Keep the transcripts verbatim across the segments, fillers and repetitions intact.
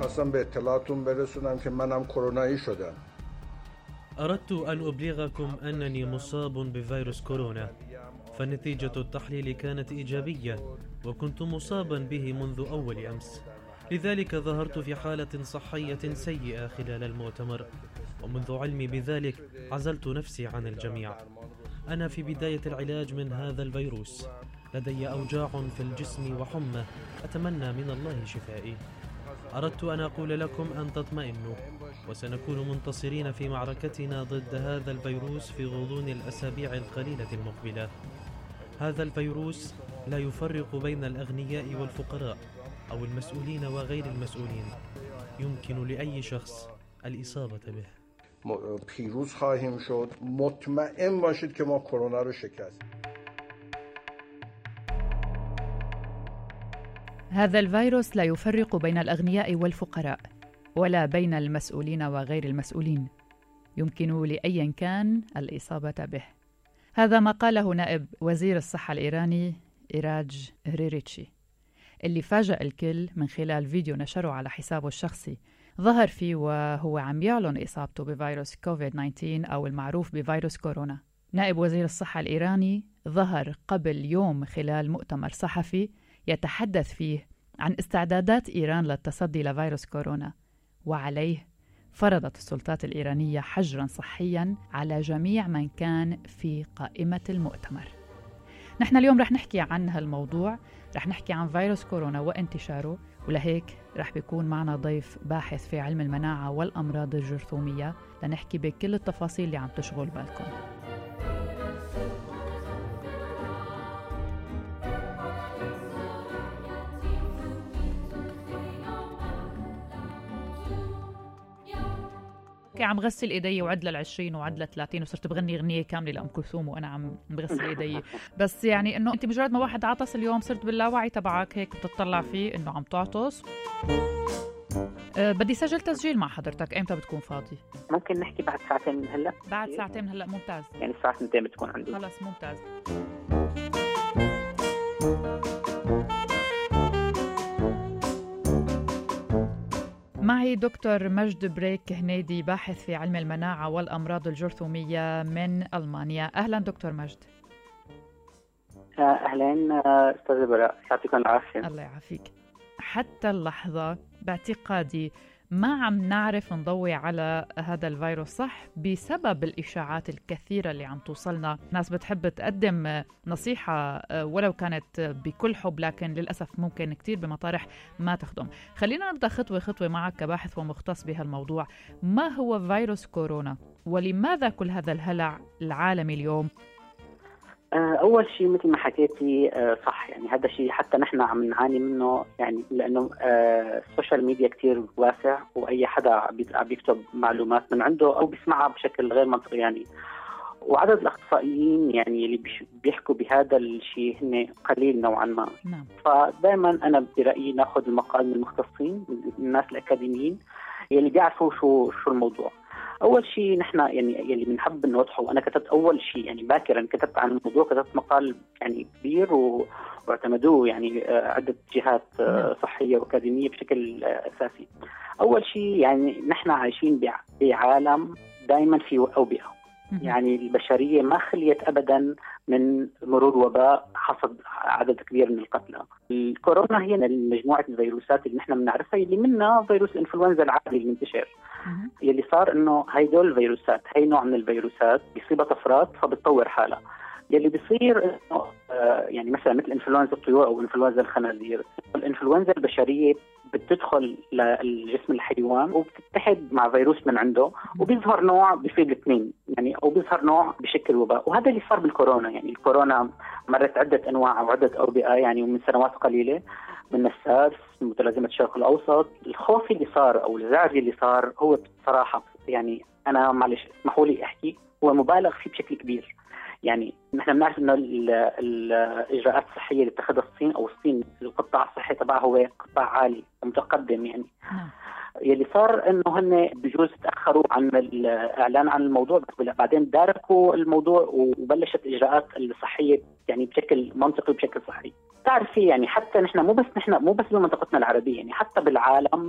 خواستم به اطلاعتون برسونم که منم کرونایی شدم. أردت أن أبلغكم أنني مصاب بفيروس كورونا، فنتيجة التحليل كانت إيجابية وكنت مصابا به منذ أول أمس، لذلك ظهرت في حالة صحية سيئة خلال المؤتمر، ومنذ علمي بذلك عزلت نفسي عن الجميع. أنا في بداية العلاج من هذا الفيروس، لدي أوجاع في الجسم وحمى، أتمنى من الله شفائي. أردت أن أقول لكم أن تطمئنوا، وسنكون منتصرين في معركتنا ضد هذا الفيروس في غضون الأسابيع القليلة المقبلة. هذا الفيروس لا يفرق بين الأغنياء والفقراء أو المسؤولين وغير المسؤولين، يمكن لأي شخص الإصابة به. پیروز خواهیم شد. مطمئن باشید که ما کرونا رو شکست. هذا الفيروس لا يفرق بين الأغنياء والفقراء ولا بين المسؤولين وغير المسؤولين، يمكن لأي كان الإصابة به. هذا ما قاله نائب وزير الصحة الإيراني إيراج هريريتشي، اللي فاجأ الكل من خلال فيديو نشره على حسابه الشخصي ظهر فيه وهو عم يعلن إصابته بفيروس كوفيد تسعة عشر أو المعروف بفيروس كورونا. نائب وزير الصحة الإيراني ظهر قبل يوم خلال مؤتمر صحفي يتحدث فيه عن استعدادات إيران للتصدي لفيروس كورونا، وعليه فرضت السلطات الإيرانية حجراً صحياً على جميع من كان في قائمة المؤتمر. نحن اليوم رح نحكي عن هالموضوع، رح نحكي عن فيروس كورونا وانتشاره، ولهيك رح بيكون معنا ضيف باحث في علم المناعة والأمراض الجرثومية لنحكي بكل التفاصيل اللي عم تشغل بالكم. عم غسل ايدي وعد للعشرين وعد للثلاثين وصرت بغني اغنيه كامله لأم كلثوم وانا عم بغسل ايدي. بس يعني انه انت مجرد ما واحد عطس اليوم صرت باللاوعي تبعك هيك بتطلع فيه انه عم تعطس. أه بدي سجل تسجيل مع حضرتك، ايمتى بتكون فاضي؟ ممكن نحكي بعد ساعتين من هلا. بعد ساعتين من هلا ممتاز. يعني الساعه اثنين بتكون عندي. خلص ممتاز. معي دكتور مجد بريك هنيدي، باحث في علم المناعة والأمراض الجرثومية من ألمانيا. أهلا دكتور مجد. أهلا أستاذ براء، يعطيكم العافية. الله يعافيك. حتى اللحظة باعتقادي ما عم نعرف نضوي على هذا الفيروس صح بسبب الإشاعات الكثيرة اللي عم توصلنا. ناس بتحب تقدم نصيحة ولو كانت بكل حب، لكن للأسف ممكن كتير بمطارح ما تخدم. خلينا نبدأ خطوة خطوة معك كباحث ومختص بهالموضوع. ما هو فيروس كورونا ولماذا كل هذا الهلع العالمي اليوم؟ أول شيء مثل ما حكيتي صح، يعني هذا شيء حتى نحن عم نعاني منه، يعني لأنه السوشيال ميديا كتير واسع وأي حدا عم بيكتب معلومات من عنده أو بيسمعها بشكل غير منطقي يعني. وعدد الأخصائيين يعني اللي بيحكوا بهذا الشيء هن قليل نوعا ما. نعم. فدائما أنا برأيي ناخذ المقال من المختصين، من الناس الأكاديميين اللي بيعرفوا شو شو الموضوع. أول شيء نحن يعني يلي بنحب نوضحه، وأنا كتبت أول شيء يعني باكرا كتبت عن الموضوع، كتبت مقال يعني كبير واعتمدوه يعني عدة جهات صحية وأكاديمية بشكل أساسي. أول شيء يعني نحن عايشين بعالم دائما فيه أوبئة، يعني البشرية ما خليت أبدا من مرور وباء حصد عدد كبير من القتلى. الكورونا هي مجموعة الفيروسات اللي نحن بنعرفها، اللي منها فيروس الإنفلونزا العادي المنتشر. يلي صار إنه هيدول الفيروسات، هي نوع من الفيروسات بيصيبها طفرات فبتطور حالها. يلي بيصير إنه آه يعني مثلا مثل إنفلونزا الطيور أو إنفلونزا الخنازير، الإنفلونزا البشرية بتدخل للجسم الحيوان وبتتحد مع فيروس من عنده وبيظهر نوع بيصيب الاثنين يعني، او بيظهر نوع بشكل وباء. وهذا اللي صار بالكورونا. يعني الكورونا مرت عدة انواع او عدة اوبئة يعني ومن سنوات قليلة، من السارس، متلازمة الشرق الاوسط. الخوف اللي صار او الزعج اللي صار هو بصراحة يعني انا معلش اسمحوا لي احكي هو مبالغ فيه بشكل كبير. يعني نحن بنعرف انه الاجراءات الصحيه اللي اتخذها الصين او الصين القطاع الصحي تبعها هو قطاع عالي ومتقدم يعني. نعم. يلي صار انه هن بجوز تاخروا عن الاعلان عن الموضوع، بس بعدين داركوا الموضوع وبلشت الاجراءات الصحيه يعني بشكل منطقي وبشكل صحي. تعرفي يعني حتى نحن مو بس نحن مو بس بمنطقتنا العربيه، يعني حتى بالعالم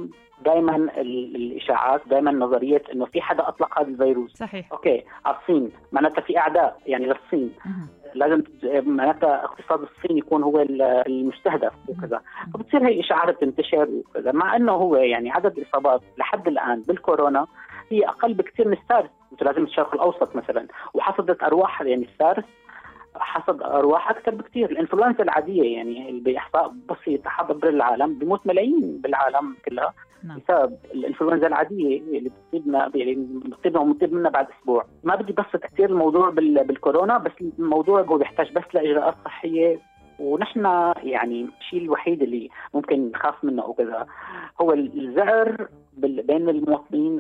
دائما الاشاعات، دائما نظريه انه في حدا اطلق هذا الفيروس. صحيح. اوكي، على الصين معناتها في اعداء يعني للصين، لازم معناتها اقتصاد الصين يكون هو المستهدف وكذا، فبتصير هي اشاعات تنتشر وكذا، مع انه هو يعني عدد الاصابات لحد الان بالكورونا هي اقل بكثير من السارس، لازم الشرق الاوسط مثلا، وحصدت ارواح يعني السارس حصد ارواح اكثر بكثير. الانفلونزا العاديه يعني باحصاء بسيط حضر بالعالم بيموت ملايين بالعالم كلها نعم. بسبب الانفلونزا العاديه اللي بتصيبنا يعني بتصيبنا وبنطيب منها بعد اسبوع. ما بدي بسط كثير الموضوع بالكورونا، بس الموضوع هو بيحتاج بس لاجراءات صحيه، ونحن يعني الشيء الوحيد اللي ممكن نخاف منه وكذا هو الزعر بين المواطنين،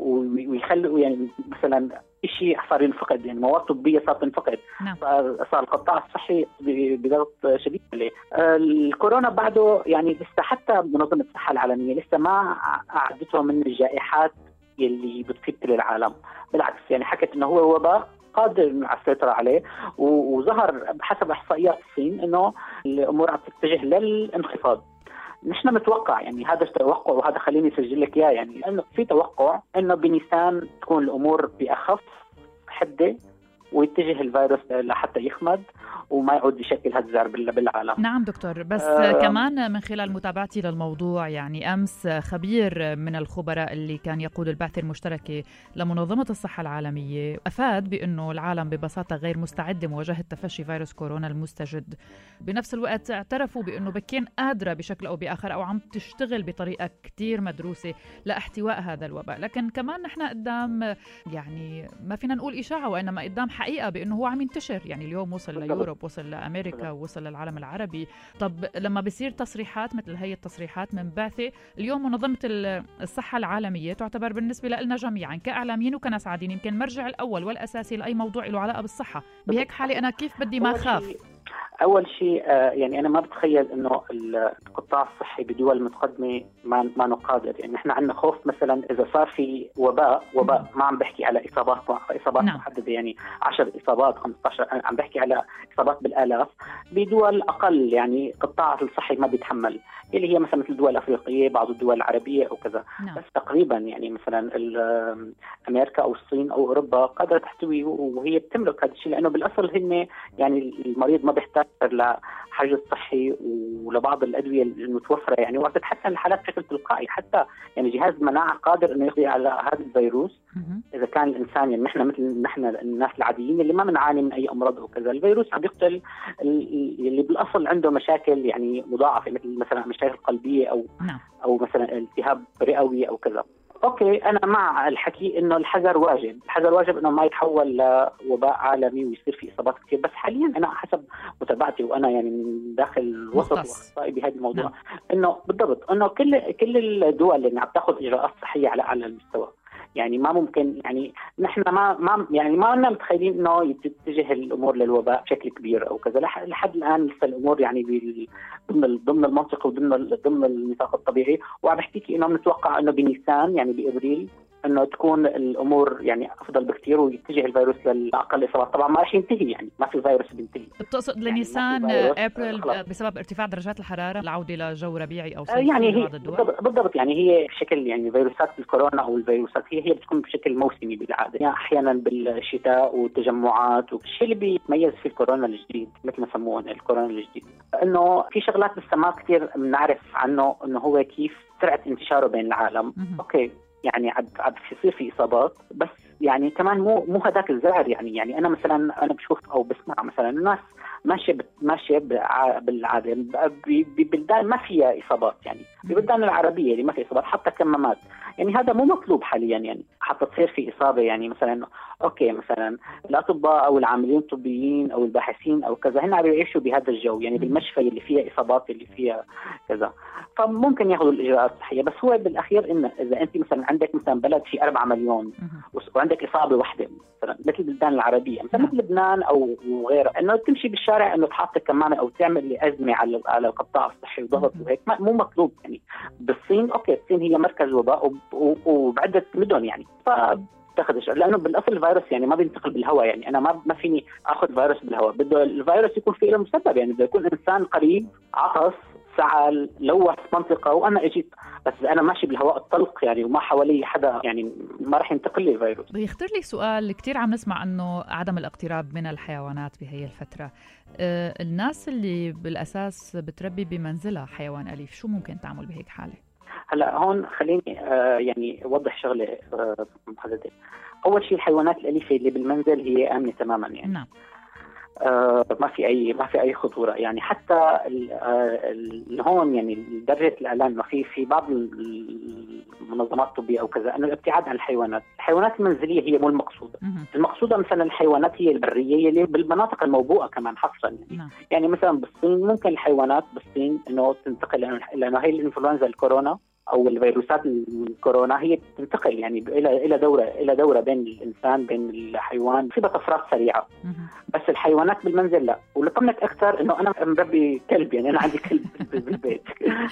ويخلوا يعني مثلا شيء صار ينفقد، يعني مواد طبيه صارت تنفقد. نعم. صار القطاع الصحي بضغط شديد عليه. الكورونا بعده يعني لسه حتى منظمه الصحه العالميه لسه ما اعدته من الجائحات اللي بتصيب كل العالم، بالعكس يعني حكت انه هو وباء قادر على السيطرة عليه، وظهر بحسب احصائيات الصين انه الامور عم تتجه للانخفاض. نحن متوقع يعني هذا التوقع، وهذا خليني اسجل لك اياه، يعني انه في توقع انه بنيسان تكون الامور باخف حده ويتجه الفيروس لحتى يخمد وما يعود يشكل هذا الزعر بالعالم. نعم دكتور، بس آه كمان من خلال متابعتي للموضوع يعني أمس خبير من الخبراء اللي كان يقود البعثة المشتركة لمنظمة الصحة العالمية أفاد بأنه العالم ببساطة غير مستعد لمواجهة تفشي فيروس كورونا المستجد. بنفس الوقت اعترفوا بأنه بكين قادرة بشكل أو بآخر أو عم تشتغل بطريقة كتير مدروسة لاحتواء هذا الوباء، لكن كمان نحن قدام يعني ما فينا نقول إشاعة وإنما قدام حقيقة بأنه هو عم ينتشر. يعني اليوم وصل ليوروب، وصل لأمريكا، وصل للعالم العربي. طب لما بيصير تصريحات مثل هي التصريحات من بعثة، اليوم منظمة الصحة العالمية تعتبر بالنسبة لنا جميعا كإعلاميين وكناس عاديين يمكن المرجع الأول والأساسي لأي موضوع له علاقة بالصحة. بهيك حالة أنا كيف بدي ما أخاف؟ أول شيء يعني أنا ما بتخيل إنه القطاع الصحي بدول متقدمة ما ما نقادر. يعني إحنا عندنا خوف مثلا إذا صار في وباء وباء ما عم بحكي على إصابات إصابات نعم. محددة يعني عشر إصابات خمسة عشر، عم بحكي على إصابات بالآلاف بدول أقل، يعني قطاع الصحي ما بيتحمل، اللي هي مثلا مثل الدول الأفريقية بعض الدول العربية أو كذا نعم. بس تقريبا يعني مثلا أمريكا أو الصين أو أوروبا قادرة تحتوي وهي بتملك هذا الشيء، لأنه بالأصل هن يعني المريض ما بيحتاج لحجز صحي ولبعض الأدوية المتوفرة، يعني وقت تتحسن الحالات بشكل تلقائي. حتى يعني جهاز المناعة قادر إنه يقضي على هذا الفيروس إذا كان الإنسان يعني نحن مثل نحن الناس العاديين اللي ما بنعاني من أي أمراض وكذا. الفيروس عم يقتل اللي بالأصل عنده مشاكل يعني مضاعفة مثل مثلا مشاكل قلبية أو نعم. أو مثلا التهاب رئوي أو كذا. اوكي انا مع الحكي انه الحذر واجب، الحذر واجب انه ما يتحول لوباء عالمي ويصير في اصابات كثير، بس حاليا انا حسب متابعتي وانا يعني من داخل الوسط واخصائي بهذا الموضوع نعم. انه بالضبط انه كل كل الدول اللي عم تاخذ اجراءات صحيه على اعلى المستوى، يعني ما ممكن يعني نحن ما ما يعني ما كنا متخيلين انه تتجه الامور للوباء بشكل كبير او كذا. لحد الان لسه الامور يعني ضمن ضمن المنطق وضمن ضمن النطاق الطبيعي، وعم بحكيكي انه بنتوقع انه بنيسان يعني بابريل انه تكون الامور يعني افضل بكثير ويتجه الفيروس لاقل اصابات. طبعا ما راح ينتهي، يعني ما في فيروس بينتهي. بتقصد لنيسان يعني ابريل بسبب ارتفاع درجات الحراره العوده لجو ربيعي او صيفي يعني في بعض الدول؟ بالضبط, بالضبط يعني هي بشكل يعني فيروسات الكورونا او الفيروسات هي هي بتكون بشكل موسمي بالعاده، يعني احيانا بالشتاء والتجمعات، والشيء اللي بيتميز في الكورونا الجديد مثل ما سموه الكورونا الجديد انه في شغلات لسه ما كثير بنعرف عنه انه هو كيف سرعه انتشاره بين العالم. اوكي يعني عاد عاد يصير في اصابات، بس يعني كمان مو مو هذاك الزهر. يعني يعني انا مثلا انا بشوف او بسمع مثلا الناس ماشيه ماشيه بالعاده ببلدان ما فيها اصابات، يعني ببلدان العربيه اللي ما فيها اصابات حتى كمامات، يعني هذا مو مطلوب حاليا. يعني حتى تصير في اصابه يعني مثلا اوكي مثلا الاطباء او العاملين الطبيين او الباحثين او كذا هن عم يعيشوا بهذا الجو، يعني بالمشفى اللي فيها اصابات اللي فيها كذا، فممكن ياخذوا الاجراءات الصحيه. بس هو بالاخير انه اذا انت مثلا عندك مثلا بلد في أربعة مليون وعندك اصابه واحده مثلا مثل البلدان العربيه مثلا مثل لبنان او غيره، انه تمشي بالشارع انه تحط كمامه او تعمل ازمه على على القطاع الصحي وضغط وهيك مو مطلوب. يعني بالصين اوكي الصين هي مركز وباء وبعده مدن يعني ف تاخذش، لانه بالاصل الفيروس يعني ما بينتقل بالهواء، يعني انا ما ما فيني اخذ فيروس بالهواء، بده الفيروس يكون في له مسبب، يعني بده يكون انسان قريب عطس سعى لوث منطقة وأنا أجيت، بس أنا ماشي بالهواء الطلق يعني وما حوالي حدا يعني ما رح ينتقل لي الفيروس. بيخطر لي سؤال، كتير عم نسمع أنه عدم الاقتراب من الحيوانات بهي الفترة. أه الناس اللي بالأساس بتربي بمنزلها حيوان أليف شو ممكن تعمل بهيك حالة؟ هلا هون خليني آه يعني أوضح شغلة آه محددة. أول شيء الحيوانات الأليفة اللي بالمنزل هي آمنة تماما يعني. نعم. آه ما في اي ما في اي خطوره يعني. حتى ال هون يعني درجه الاعلان انه في في بعض المنظمات الطبيه او كذا انه الابتعاد عن الحيوانات، الحيوانات المنزليه هي مو المقصوده. المقصوده مثلا الحيوانات هي البريه اللي بالمناطق الموبوءه كمان حصرا يعني. يعني مثلا بالصين ممكن الحيوانات بالصين انه تنتقل، لانه هي الانفلونزا الكورونا او الفيروسات الكورونا هي تنتقل يعني الى الى دوره الى دوره بين الانسان بين الحيوان في طفرات سريعه. بس الحيوانات بالمنزل لا. ولطمنك اكثر انه انا مربي كلب يعني انا عندي كلب بالبيت.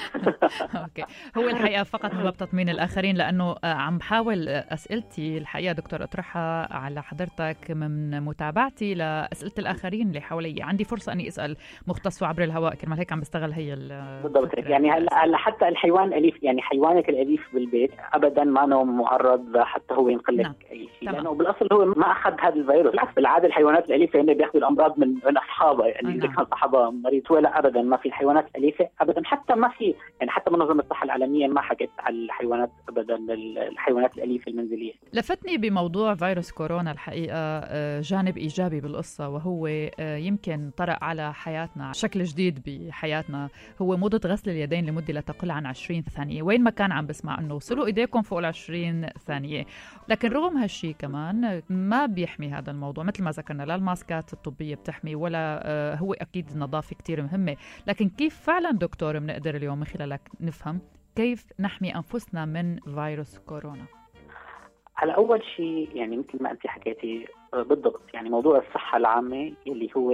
اوكي، هو الحقيقه فقط ما بتطمين الاخرين، لانه عم بحاول اسئلتي الحقيقه دكتور اطرحها على حضرتك من متابعتي لاسئله الاخرين اللي حوالي. عندي فرصه اني اسال مختص عبر الهواء كرمال هيك عم بستغل هي بالضبط يعني. هلا حتى الحيوان الاليف يعني حيوانك الاليف بالبيت ابدا ما انه معرض حتى هو ينقل لك نعم. اي شيء، لانه بالاصل هو ما اخذ هذا الفيروس. بالعكس بالعاده الحيوانات الاليفه هن بياخذوا الامراض من من اصحابها يعني اذا كان صاحبها مريض. ولا ابدا ما في الحيوانات الاليفه ابدا، حتى ما في يعني حتى منظمه الصحه العالميه ما حكت على الحيوانات ابدا الحيوانات الاليفه المنزليه. لفتني بموضوع فيروس كورونا الحقيقه جانب ايجابي بالقصه، وهو يمكن طرأ على حياتنا شكل جديد بحياتنا، هو موضه غسل اليدين لمده لا تقل عن عشرين ثانيه. وين ما كان عم بسمع انه وصلوا ايديكم فوق العشرين ثانيه، لكن رغم هالشي كمان ما بيحمي هذا الموضوع. مثل ما ذكرنا لا الماسكات الطبيه بتحمي ولا آه هو اكيد النظافه كتير مهمه، لكن كيف فعلا دكتور بنقدر اليوم من خلالك نفهم كيف نحمي انفسنا من فيروس كورونا؟ على اول شيء يعني مثل ما انت حكيتي بالضبط، يعني موضوع الصحه العامه اللي هو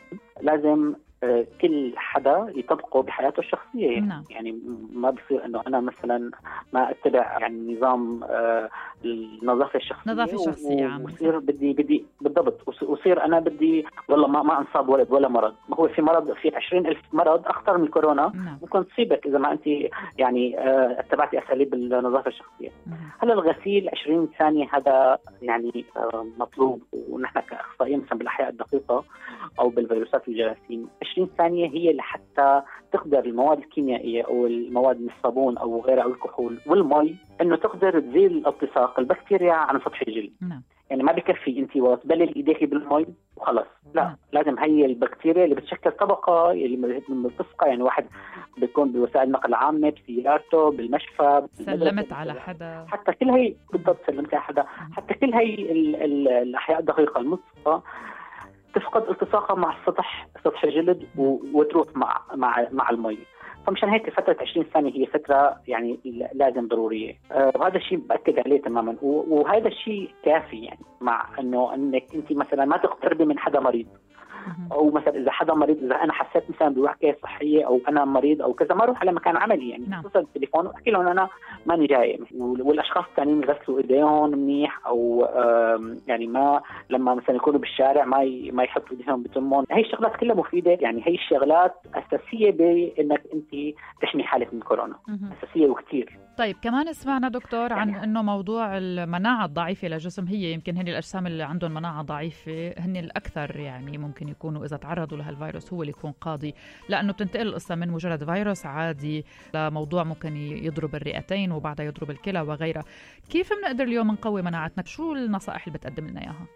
لازم كل حدا يطبقه بحياته الشخصية يعني. نعم. يعني ما بصير انه انا مثلا ما اتبع يعني نظام آه النظافة الشخصية نظافة الشخصية وصير بدي بدي بالضبط وصير انا بدي والله ما ما انصاب ولد ولا مرض. ما هو في مرض في عشرين ألف مرض اخطر من الكورونا. نعم. ممكن تصيبك اذا ما انت يعني آه اتبعتي اساليب النظافة الشخصية. هلا الغسيل عشرين ثانية هذا يعني آه مطلوب، ونحن كاخصائيين مثلا بالاحياء الدقيقة او بالفيروسات والجراثيم عشرين ثانية هي لحتى تقدر المواد الكيميائية أو المواد من الصابون أو غيرها أو الكحول والمي إنه تقدر تزيل التصاق البكتيريا عن سطح الجلد. نعم. يعني ما بكفي أنت وتبلل إيديك بالمي وخلص، لا. نعم. لازم هي البكتيريا اللي بتشكل طبقة اللي بتبقى يعني واحد بيكون بوسائل نقل عامة بسيارته بالمشفى سلمت على حدا حتى كل هي بالضبط سلمت على حدا حتى كل هي ال ال الأحياء الدقيقة الملصقة تفقد التصاقها مع السطح سطح الجلد وتروح مع مع مع المي. فمشان هيك فترة عشرين ثانية هي فترة يعني لازم ضرورية، أه وهذا الشيء بأكد عليه تماما. وهذا الشيء كافي يعني مع انه انك انت مثلا ما تقتربي من حدا مريض، او مثلا اذا حدا مريض اذا انا حسيت مثلا بوعكه صحيه او انا مريض او كذا ما اروح على مكان عملي يعني نعم. اتصل بالتليفون واحكي لهم انا ماني جاي، والاشخاص الثانيين يغسلوا ايديهم منيح او يعني ما لما مثلا يكونوا بالشارع ما ما يحطوا ايديهم بتمهم. هي الشغلات كلها مفيده يعني. هي الشغلات اساسيه بانك انت تحمي حالك من كورونا مم. اساسيه وكثير. طيب كمان سمعنا دكتور عن يعني انه موضوع المناعه الضعيفه للجسم، هي يمكن هن الاجسام اللي عندهم مناعه ضعيفه هن الاكثر يعني ممكن يكونوا اذا تعرضوا لهالفيروس هو اللي يكون قاضي، لانه بتنتقل القصه من مجرد فيروس عادي لموضوع ممكن يضرب الرئتين وبعدها يضرب الكلى وغيرها. كيف بنقدر اليوم نقوي مناعتنا؟ شو النصائح اللي بتقدم لنا اياها؟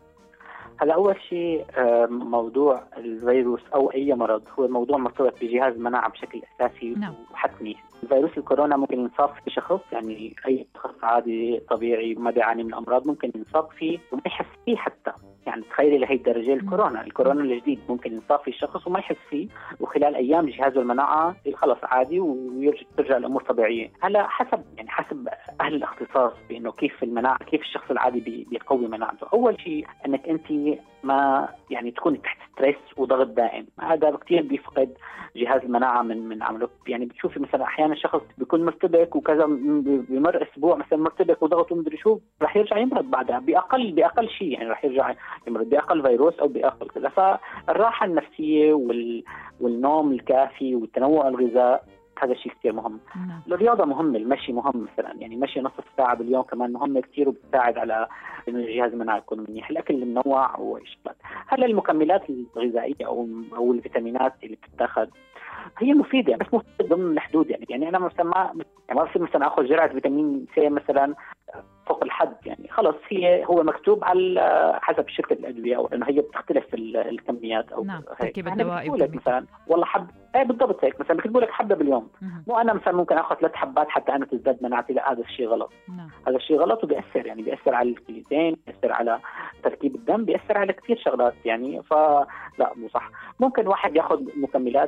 هلا أول شيء موضوع الفيروس أو أي مرض هو موضوع مرتبط بجهاز المناعة بشكل أساسي نعم. وحتمي. فيروس الكورونا ممكن ينصاب في شخص يعني أي شخص عادي طبيعي ما بيعاني من أمراض ممكن ينصاب فيه وما يحس فيه حتى. يعني تخيلي لهي الدرجة الكورونا الكورونا الجديد ممكن ينصاب في الشخص وما يحس فيه، وخلال أيام جهازه المناعة خلص عادي ويرجع الأمور طبيعية. هلا حسب يعني حسب أهل الاختصاص بأنه كيف المناعة كيف الشخص العادي بيقوي مناعته. أول شيء أنك أنت ما يعني تكون تحت ستريس وضغط دائم. هذا كثير بيفقد جهاز المناعه من من عمله. يعني بتشوفي مثلا احيانا شخص بيكون مرتبك وكذا، بمر اسبوع مثلا مرتبك وضغط ومدري شو، رح يرجع يمرض بعدها باقل باقل شيء، يعني رح يرجع يمرض باقل فيروس او باقل كذا. فالراحه النفسيه وال والنوم الكافي والتنوع الغذاء هذا شيء كثير مهم. نعم. الرياضة مهمة، المشي مهم مثلا، يعني مشي نصف ساعة باليوم كمان مهمة كثير وبتساعد على إنه الجهاز المناعي يكون منيح. الأكل المنوع وإشبات. هلا المكملات الغذائية أو أو الفيتامينات اللي بتتاخذ هي مفيدة بس مفيدة ضمن الحدود. يعني يعني أنا مثلا ما يعني ما بصير مثلا آخذ جرعة فيتامين سي مثلا فوق الحد، يعني خلص هي هو مكتوب على حسب شركة الأدوية أو إنه هي بتختلف الكميات أو نعم التركيب الدوائي لك مثلا والله حب ايه بالضبط هيك مثلا بكتبوا لك حبة باليوم، مو أنا مثلا ممكن آخذ ثلاث حبات حتى أنا تزداد مناعتي. لا هذا الشيء غلط. نعم. هذا الشيء غلط وبيأثر، يعني بيأثر على الكليتين، بيأثر على تركيب الدم، بيأثر على كثير شغلات يعني. فلا مو صح. ممكن واحد ياخذ مكملات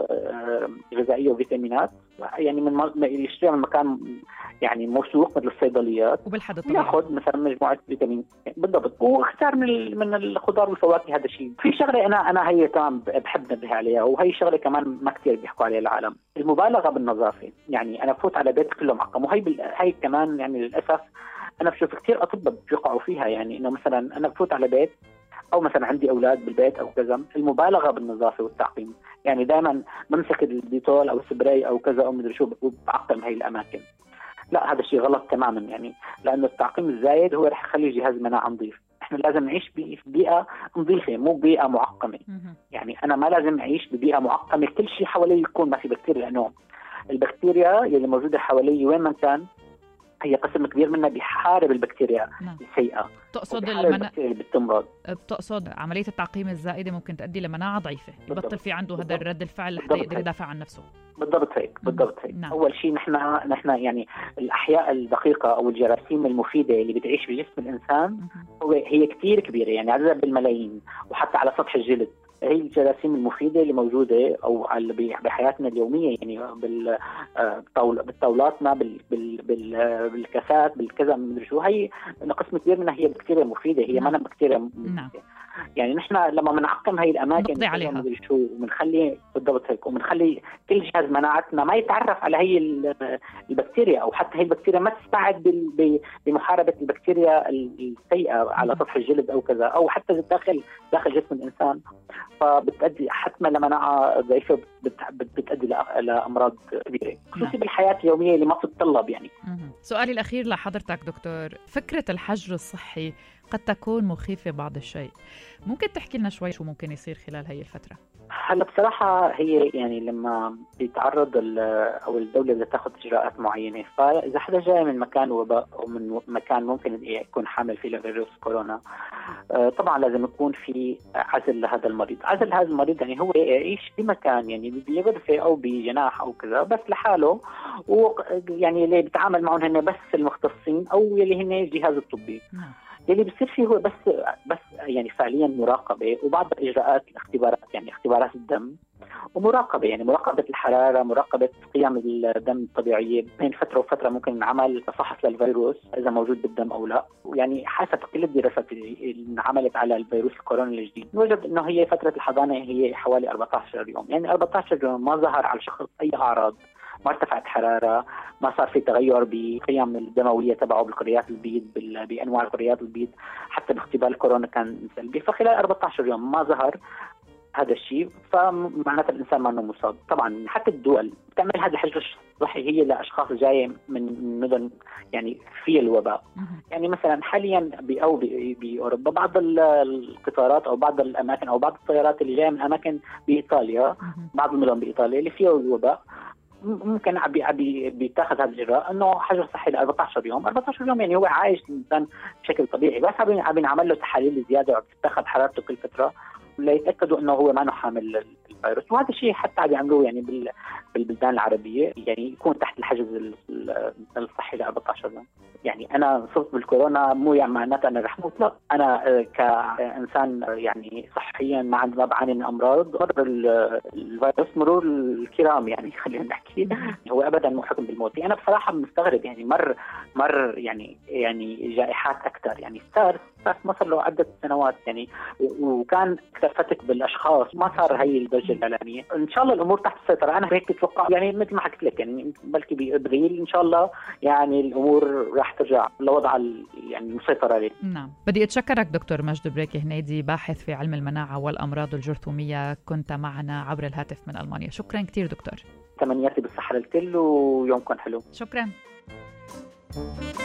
غذائية وفيتامينات يعني من يشتريها من مكان يعني موثوق مثل الصيدليات وبالحد الطبيعي، ياخذ مثلا مجموعه فيتامين بالضبط واختار من من الخضار والفواكه. هذا الشيء. في شغله انا انا هي تمام بحب نبه عليها، وهي شغله كمان ما كثير بيحكوا عليها العالم، المبالغه بالنظافه. يعني انا بفوت على بيت كله معقم، وهي بال... هي كمان يعني للاسف انا بشوف كثير اطباء بيقعوا فيها. يعني انه مثلا انا بفوت على بيت او مثلا عندي اولاد بالبيت او كذا، المبالغه بالنظافه والتعقيم. يعني دائما بمسك الديتول او السبراي او كذا او مدري شو وبعقم هي الاماكن. لا هذا الشيء غلط تماما، يعني لانه التعقيم الزايد هو رح يخلي جهاز المناعه نظيف. احنا لازم نعيش ببيئه نظيفه مو بيئه معقمه. يعني انا ما لازم اعيش ببيئه معقمه كل شيء حوالي يكون ما في بكتيريا، لانه البكتيريا اللي موجوده حوالي وين ما كان هي قسم كبير منها بيحارب البكتيريا نعم. السيئة. تقصد المنا... اللي بتقصد عملية التعقيم الزائدة ممكن تؤدي لمناعة ضعيفة، يبطل في عنده هذا الرد الفعل حتى يقدر يدافع عن نفسه. بالضبط هيك بالضبط هيك. نعم. أول شيء نحن نحن يعني الأحياء الدقيقة أو الجراثيم المفيدة اللي بتعيش بجسم الإنسان هو هي كثير كبيرة، يعني عددها بالملايين، وحتى على سطح الجلد. هي الجراثيم المفيدة اللي موجودة أو بحياتنا اليومية، يعني بالطاولاتنا بالكاسات بالكذا مدري شو، هي قسم كبير منها هي بكتيريا مفيدة، هي ما بكتيريا نعم. يعني نحن لما بنعقم هي الأماكن نقضي عليها مدري شو وبنخلي بالضبط هيك، وبنخلي كل جهاز مناعتنا ما يتعرف على هي البكتيريا، أو حتى هي البكتيريا ما تساعد بمحاربة البكتيريا السيئة على سطح الجلد أو كذا، أو حتى داخل داخل جسم الإنسان. فبتؤدي حتما لمناعة ضعيفة، بتؤدي لأمراض كبيرة خصوصي بالحياة اليومية اللي ما تتطلب. يعني سؤالي الأخير لحضرتك دكتور، فكرة الحجر الصحي قد تكون مخيفة بعض الشيء، ممكن تحكي لنا شوي شو ممكن يصير خلال هاي الفترة؟ هلا بصراحة هي يعني لما بيتعرض أو الدولة بدها تاخذ إجراءات معينة، فإذا حدا جاي من مكان وباء أو من مكان ممكن يكون حامل فيه لفيروس كورونا، طبعا لازم يكون في عزل لهذا المريض. عزل هذا المريض يعني هو يعيش بمكان، يعني بغرفة أو بجناح أو كذا بس لحاله، ويعني اللي بيتعامل معهم هن بس المختصين أو اللي هن الجهاز الطبي. اللي بيصير فيه هو بس بس يعني فعليا مراقبه وبعض الاجراءات الاختبارات، يعني اختبارات الدم ومراقبه، يعني مراقبه الحراره، مراقبه قيم الدم الطبيعيه. بين فتره وفتره ممكن نعمل فحص للفيروس اذا موجود بالدم او لا، يعني حسب كل الدراسات اللي انعملت على الفيروس الكورونا الجديد نوجد انه هي فتره الحضانه هي حوالي أربعة عشر يوم، يعني أربعة عشر يوم ما ظهر على الشخص اي اعراض، ما ارتفعت حرارة، ما صار في تغير بقيم الدموية تبعه بالكريات البيض بأنواع الكريات البيض، حتى باختبار الكورونا كان سلبي. فخلال أربعة عشر يوم ما ظهر هذا الشيء، فمعناته الإنسان ما أنه مصاب. طبعا حتى الدول بتعمل هذا الحجر الصحي هي لأشخاص جاية من مدن يعني في الوباء. يعني مثلا حاليا أو بأوروبا بعض القطارات أو بعض الأماكن أو بعض الطيارات اللي جاية من أماكن بإيطاليا، بعض المدن بإيطاليا اللي فيها الوباء، ممكن عبي عبي بيتاخذ هذا الإجراء إنه حجر صحي ل أربعة عشر يوم. أربعة عشر يوم يعني هو عايش الإنسان بشكل طبيعي، بس عم عم نعمل له تحاليل زيادة وبتتاخذ حرارته كل فترة ليتأكدوا إنه هو ما نحن حامل الفيروس. وهذا الشيء حتى عم يعملوه يعني بالبلدان العربية، يعني يكون تحت الحجز الصحي ل أربعة عشر يوم. يعني أنا صرت بالكورونا مو يعني معناته أنا رح موت، لا، أنا كإنسان يعني صحيا ما عندي ما بعاني من أمراض، مر الفيروس مرور الكرام، يعني خلينا نحكي هو أبدا مو حكم بالموت. أنا بصراحة مستغرب، يعني مر مر يعني يعني جائحات أكثر، يعني سارس في مصر له عدة سنوات يعني، وكان اكتفتك بالاشخاص، ما صار هي الضجة الاعلامية. ان شاء الله الامور تحت السيطرة، انا هيك بتوقع يعني مثل ما حكيت لك يعني بلكي بابريل ان شاء الله يعني الامور راح ترجع لوضعها يعني المسيطرة عليه. نعم. بدي اتشكرك دكتور مجد بريكي هنيدي، باحث في علم المناعة والامراض الجرثومية، كنت معنا عبر الهاتف من المانيا. شكرا كثير دكتور. تمنياتي بالصحة للكل ويومكم حلو. شكرا.